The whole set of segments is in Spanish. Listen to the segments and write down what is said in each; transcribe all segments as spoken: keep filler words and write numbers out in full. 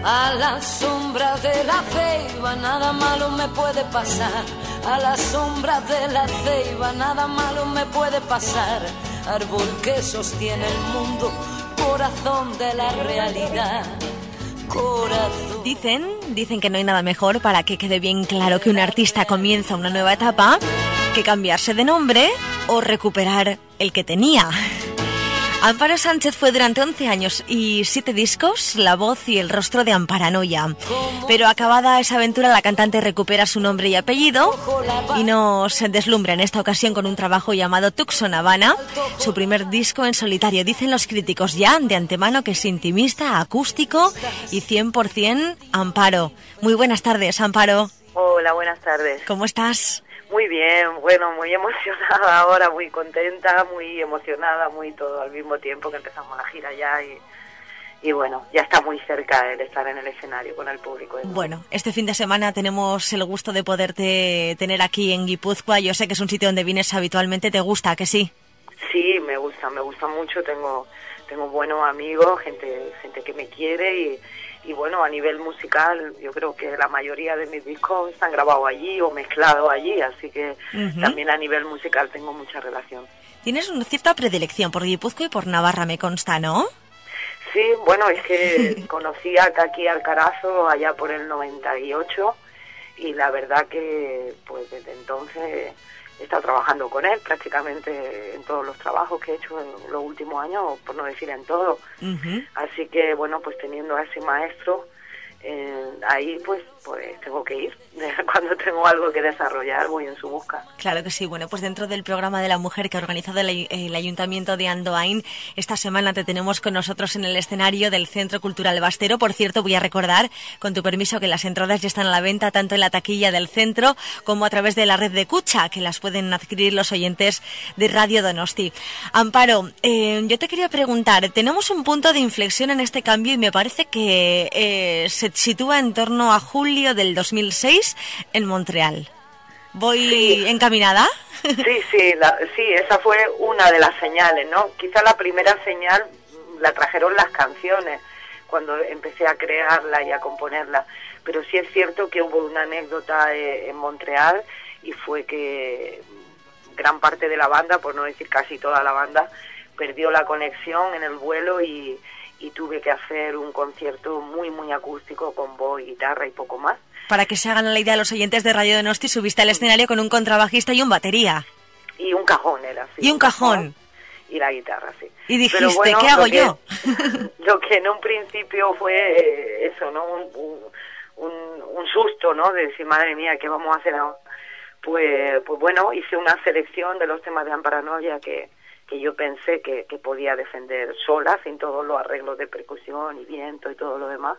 A la sombra de la ceiba nada malo me puede pasar. A la sombra de la ceiba nada malo me puede pasar. Árbol que sostiene el mundo, corazón de la realidad. Corazón. Dicen, dicen que no hay nada mejor para que quede bien claro que un artista comienza una nueva etapa que cambiarse de nombre o recuperar el que tenía. Amparo Sánchez fue durante once años y siete discos la voz y el rostro de Amparanoia. Pero acabada esa aventura, la cantante recupera su nombre y apellido y nos deslumbra en esta ocasión con un trabajo llamado Tucson Habana, su primer disco en solitario. Dicen los críticos ya de antemano que es intimista, acústico y cien por ciento Amparo. Muy buenas tardes, Amparo. Hola, buenas tardes. ¿Cómo estás? Muy bien, bueno, muy emocionada ahora, muy contenta, muy emocionada, muy todo al mismo tiempo que empezamos la gira ya y, y bueno, ya está muy cerca el estar en el escenario con el público. ¿No? Bueno, este fin de semana tenemos el gusto de poderte tener aquí en Guipúzcoa. Yo sé que es un sitio donde vienes habitualmente, ¿te gusta, que sí? Sí, me gusta, me gusta mucho, tengo tengo buenos amigos, gente gente que me quiere y... Y bueno, a nivel musical, yo creo que la mayoría de mis discos están grabados allí o mezclados allí, así que uh-huh. también a nivel musical tengo mucha relación. Tienes una cierta predilección por Guipúzcoa y por Navarra, me consta, ¿no? Sí, bueno, es que conocí a Kaki Alcarazo allá por el noventa y ocho y la verdad que pues desde entonces he estado trabajando con él prácticamente en todos los trabajos que he hecho en los últimos años, por no decir en todo. Uh-huh. Así que, bueno, pues teniendo a ese maestro, eh, ahí pues pues tengo que ir. Cuando tengo algo que desarrollar, voy en su busca. Claro que sí. Bueno, pues dentro del programa de la mujer que ha organizado el, el Ayuntamiento de Andoain, esta semana te tenemos con nosotros en el escenario del Centro Cultural Bastero. Por cierto, voy a recordar, con tu permiso, que las entradas ya están a la venta tanto en la taquilla del centro como a través de la red de Cucha, que las pueden adquirir los oyentes de Radio Donosti. Amparo, eh, yo te quería preguntar, tenemos un punto de inflexión en este cambio y me parece que eh, se sitúa en torno a julio del dos mil seis en Montreal. ¿Voy sí. encaminada? Sí, sí, la, sí, esa fue una de las señales, ¿no? Quizá la primera señal la trajeron las canciones, cuando empecé a crearla y a componerla. Pero sí es cierto que hubo una anécdota eh, en Montreal y fue que gran parte de la banda, por no decir casi toda la banda, perdió la conexión en el vuelo y, y tuve que hacer un concierto muy, muy acústico con voz, guitarra y poco más. Para que se hagan la idea los oyentes de Radio Donosti, subiste al escenario con un contrabajista y un batería. Y un cajón era, sí. Y un, un cajón. cajón. Y la guitarra, sí. Y dijiste, bueno, ¿qué hago lo que, yo? Lo que en un principio fue eso, ¿no? Un, un, un susto, ¿no? De decir, madre mía, ¿qué vamos a hacer ahora? Pues, pues bueno, hice una selección de los temas de Amparanoia que, que yo pensé que, que podía defender sola, sin todos los arreglos de percusión y viento y todo lo demás.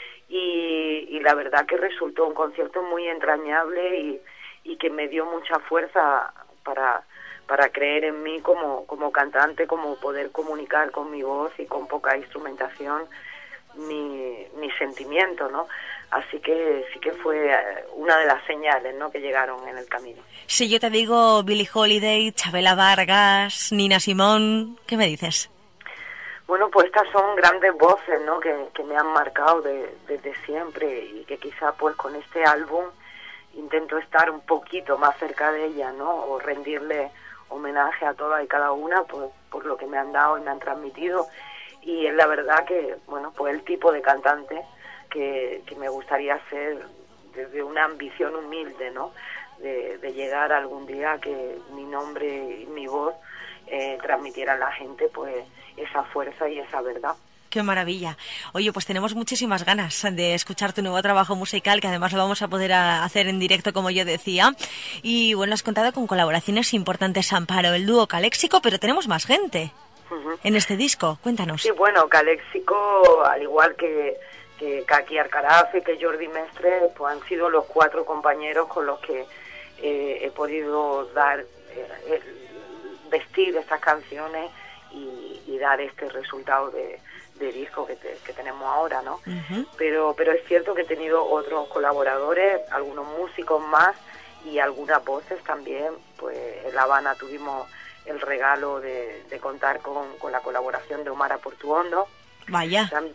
Y, y la verdad que resultó un concierto muy entrañable y, y que me dio mucha fuerza para, para creer en mí como, como cantante, como poder comunicar con mi voz y con poca instrumentación mi, mi sentimiento, ¿no? Así que sí que fue una de las señales, ¿no?, que llegaron en el camino. Si yo te digo Billie Holiday, Chabela Vargas, Nina Simone, ¿qué me dices? Bueno, pues estas son grandes voces, ¿no?, que, que me han marcado de, desde siempre y que quizá pues con este álbum intento estar un poquito más cerca de ellas, ¿no?, o rendirle homenaje a todas y cada una por, por lo que me han dado y me han transmitido. Y es la verdad que, bueno, pues el tipo de cantante que, que me gustaría ser desde una ambición humilde, ¿no?, de, de llegar algún día a que mi nombre y mi voz eh, transmitiera a la gente pues esa fuerza y esa verdad. ¡Qué maravilla! Oye, pues tenemos muchísimas ganas de escuchar tu nuevo trabajo musical, que además lo vamos a poder a hacer en directo, como yo decía. Y bueno, has contado con colaboraciones importantes, Amparo, el dúo Caléxico, pero tenemos más gente uh-huh. en este disco. Cuéntanos. Sí, bueno, Caléxico, al igual que, que Kaki Alcaraz y que Jordi Mestre, pues han sido los cuatro compañeros con los que eh, he podido dar, eh, vestir estas canciones y, y dar este resultado de, de disco que, te, que tenemos ahora, ¿no? Uh-huh. Pero pero es cierto que he tenido otros colaboradores, algunos músicos más y algunas voces también. Pues en La Habana tuvimos el regalo de, de contar con, con la colaboración de Omar Portuondo. Vaya. Tam,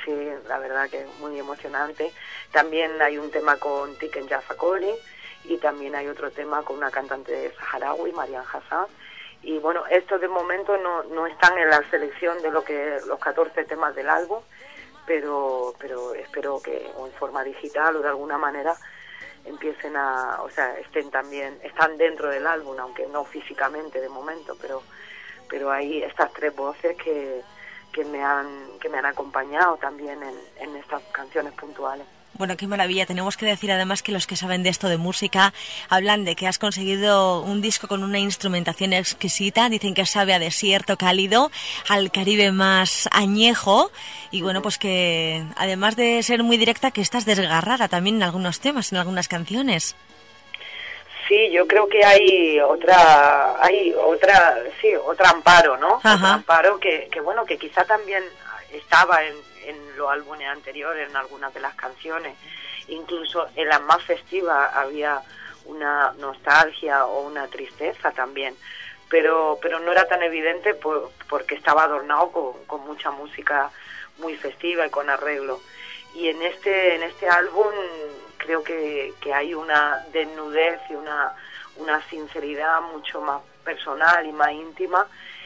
sí, la verdad que es muy emocionante. También hay un tema con Tiken Jaffa Coli y también hay otro tema con una cantante saharaui, Marian Hassan. Y bueno, estos de momento no, no están en la selección de lo que los catorce temas del álbum, pero pero espero que o en forma digital o de alguna manera empiecen a, o sea, estén también, están dentro del álbum, aunque no físicamente de momento, pero pero hay estas tres voces que, que me han que me han acompañado también en, en estas canciones puntuales. Bueno, qué maravilla. Tenemos que decir además que los que saben de esto de música hablan de que has conseguido un disco con una instrumentación exquisita. Dicen que sabe a desierto cálido, al Caribe más añejo. Y bueno, pues que además de ser muy directa, que estás desgarrada también en algunos temas, en algunas canciones. Sí, yo creo que hay otra, hay otra, sí, otro amparo, ¿no? Ajá. Otro amparo que, que bueno, que quizá también estaba en, en los álbumes anteriores, en algunas de las canciones, incluso en las más festivas había una nostalgia o una tristeza también, pero pero no era tan evidente por, porque estaba adornado con, con mucha música muy festiva y con arreglo. Y en este en este álbum creo que, que hay una desnudez y una, una sinceridad mucho más personal y más íntima.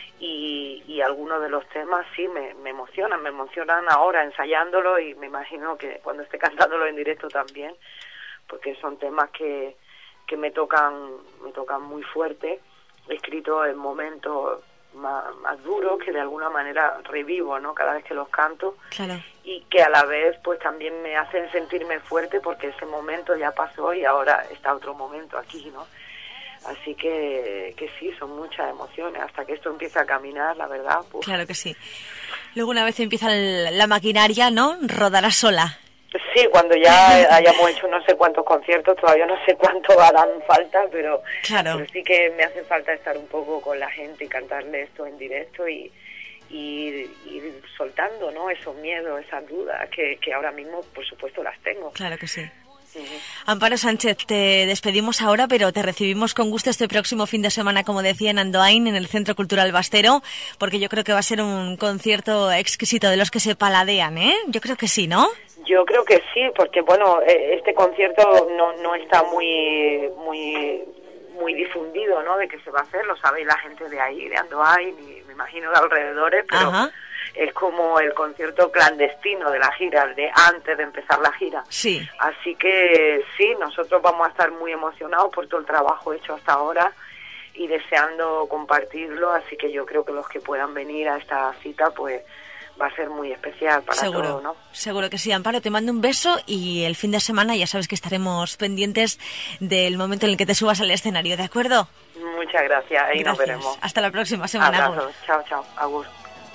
Y, y algunos de los temas sí me, me emocionan, me emocionan ahora ensayándolo y me imagino que cuando esté cantándolo en directo también, porque son temas que, que me tocan me tocan muy fuerte, escritos en momentos más, más duros que de alguna manera revivo, ¿no? Cada vez que los canto. Claro. Y que a la vez pues también me hacen sentirme fuerte porque ese momento ya pasó y ahora está otro momento aquí, ¿no? Así que, que sí, son muchas emociones. Hasta que esto empiece a caminar, la verdad. Pues. Claro que sí. Luego una vez empieza el, la maquinaria, ¿no? Rodará sola. Sí, cuando ya hayamos hecho no sé cuántos conciertos, todavía no sé cuánto harán falta, pero, claro. pero sí que me hace falta estar un poco con la gente y cantarle esto en directo y, y ir soltando, ¿no? Esos miedos, esas dudas que, que ahora mismo, por supuesto, las tengo. Claro que sí. Amparo Sánchez, te despedimos ahora, pero te recibimos con gusto este próximo fin de semana, como decía, en Andoain, en el Centro Cultural Bastero, porque yo creo que va a ser un concierto exquisito de los que se paladean, ¿eh? Yo creo que sí, ¿no? Yo creo que sí, porque bueno, este concierto no no está muy muy muy difundido, ¿no? De que se va a hacer, lo sabe la gente de ahí, de Andoain y me imagino de alrededores, pero Ajá. Es como el concierto clandestino de la gira, el de antes de empezar la gira. Sí. Así que sí, nosotros vamos a estar muy emocionados por todo el trabajo hecho hasta ahora y deseando compartirlo, así que yo creo que los que puedan venir a esta cita, pues va a ser muy especial para seguro, todos, ¿no? Seguro que sí. Amparo, te mando un beso y el fin de semana ya sabes que estaremos pendientes del momento en el que te subas al escenario, ¿de acuerdo? Muchas gracias, ahí gracias. Nos veremos. Hasta la próxima semana. Abrazos. Chao, chao. Agur.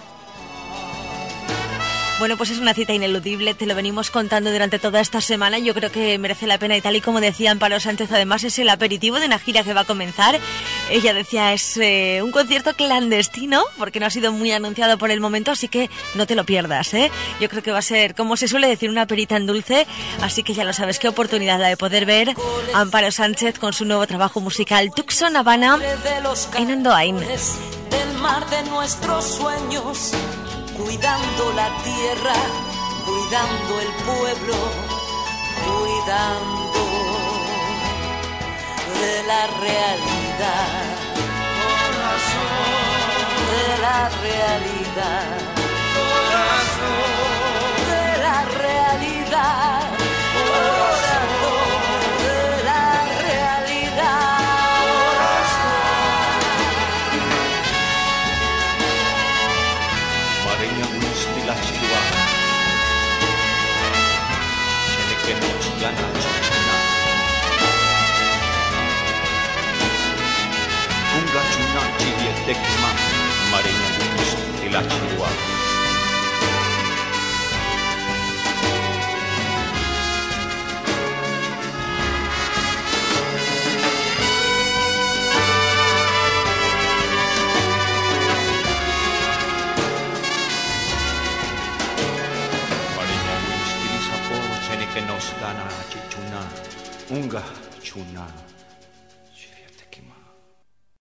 Bueno, pues es una cita ineludible, te lo venimos contando durante toda esta semana. Yo creo que merece la pena y tal y como decía Amparo Sánchez, además es el aperitivo de una gira que va a comenzar. Ella decía, es eh, un concierto clandestino porque no ha sido muy anunciado por el momento, así que no te lo pierdas, ¿eh? Yo creo que va a ser, como se suele decir, una perita en dulce, así que ya lo sabes, qué oportunidad la de poder ver a Amparo Sánchez con su nuevo trabajo musical Tucson Habana en Andoain. Del mar de nuestros sueños, cuidando la tierra, cuidando el pueblo, cuidando de la realidad, corazón, de la realidad, corazón, de la realidad, corazón, de la realidad. Kunga chuna chivie tekma, marina y la chihuahua.